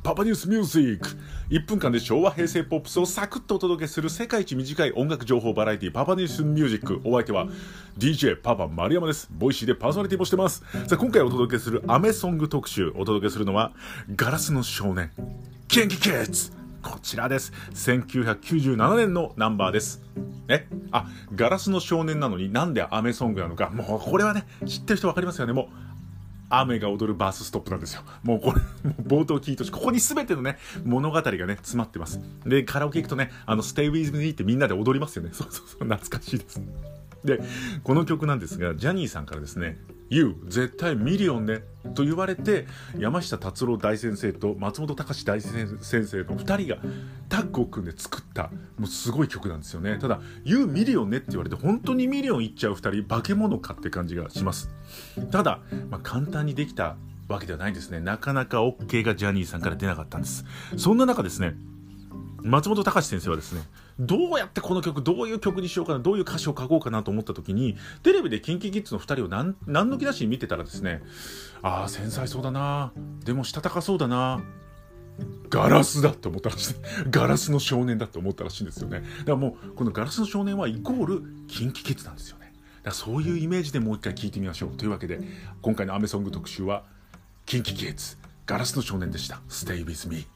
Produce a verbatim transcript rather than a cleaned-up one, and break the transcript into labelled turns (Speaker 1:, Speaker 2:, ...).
Speaker 1: パパニュースミュージック。いっぷんかんで昭和平成ポップスをサクッとお届けする世界一短い音楽情報バラエティパパニュースミュージック。お相手は ディージェー パパ丸山です。ボイシーでパーソナリティもしてます。さあ今回お届けするアメソング特集、お届けするのはガラスの少年キンキキッズ。こちらです。せんきゅうひゃくきゅうじゅうななねんのナンバーです。えあガラスの少年なのになんでアメソングなのか、もうこれはね知ってる人分かりますよね。もう雨が踊るバースストップなんですよ。もうこれもう冒頭聞いてほしい。ここに全てのね物語がね詰まってます。でカラオケ行くとねあの Stay with me ってみんなで踊りますよね。そうそうそう、懐かしいです。でこの曲なんですが、ジャニーさんからですね You 絶対ミリオンねと言われて、山下達郎大先生と松本隆大先生のふたりがタッグを組んで作ったもうすごい曲なんですよね。ただ You ミリオンねって言われて本当にミリオンいっちゃうふたり化け物かって感じがします。ただ、まあ、簡単にできたわけではないんですね。なかなか OK がジャニーさんから出なかったんです。そんな中ですね、松本隆先生はですね、どうやってこの曲どういう曲にしようかな、どういう歌詞を書こうかなと思った時に、テレビでキンキキッズのふたりを何何の気なしに見てたらですね、ああ繊細そうだな、でもしたたかそうだな、ガラスだって思ったらしい。ガラスの少年だって思ったらしいんですよね。だからもうこのガラスの少年はイコールキンキキッズなんですよね。だからそういうイメージでもう一回聞いてみましょうというわけで、今回のアメソング特集はキンキキッズガラスの少年でした。 Stay with me。